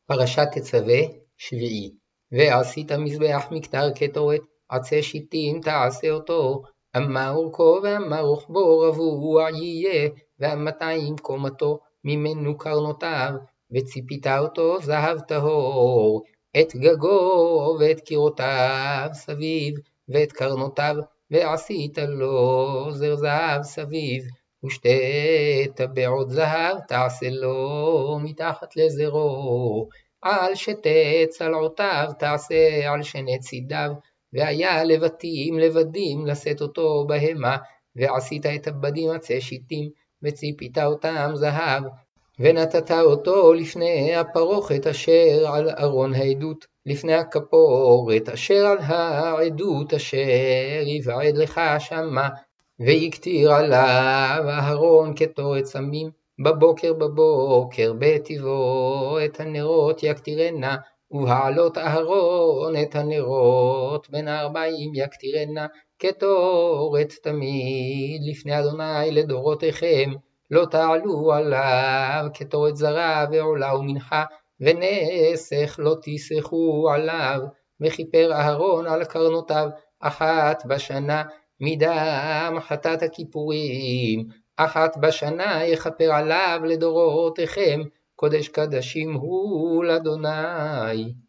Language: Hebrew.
פרשת תצווה שביעי. ועשית מזבח מקטר קטורת, עצי שיטים תעשה אותו, אמה אורכו ואמה רוחבו רבוע יהיה, ואמתיים קומתו ממנו קרנותיו, וציפית אותו זהב טהור, את גגו ואת קירותיו סביב, ואת קרנותיו, ועשית לו זר זהב סביב, ושתי טבעות זהב תעשה לו מתחת לזרו, על שתי צלעותיו תעשה על שני צידיו, והיה לבדים לשאת אותו בהמה, ועשית את הבדים עצי שיטים, וציפית אותם זהב, ונתת אותו לפני הפרוכת אשר על ארון העדות, לפני הכפורת אשר על העדות אשר יבעד לך שמה, ויקטיר עליו אהרון קטורת סמים, בבוקר בטבעו את הנרות יקטירנה, ובעלות אהרון את הנרות בין 40 יקטירנה, קטורת תמיד לפני אדוני לדורותיכם, לא תעלו עליו קטורת זרה ועולה ומנחה, ונסך לא תסחו עליו, וכיפר אהרון על קרנותיו אחת בשנה, מדם חטאת הכיפורים, אחת בשנה יכפר עליו לדורותיכם, קודש קדשים הוא לאדוני.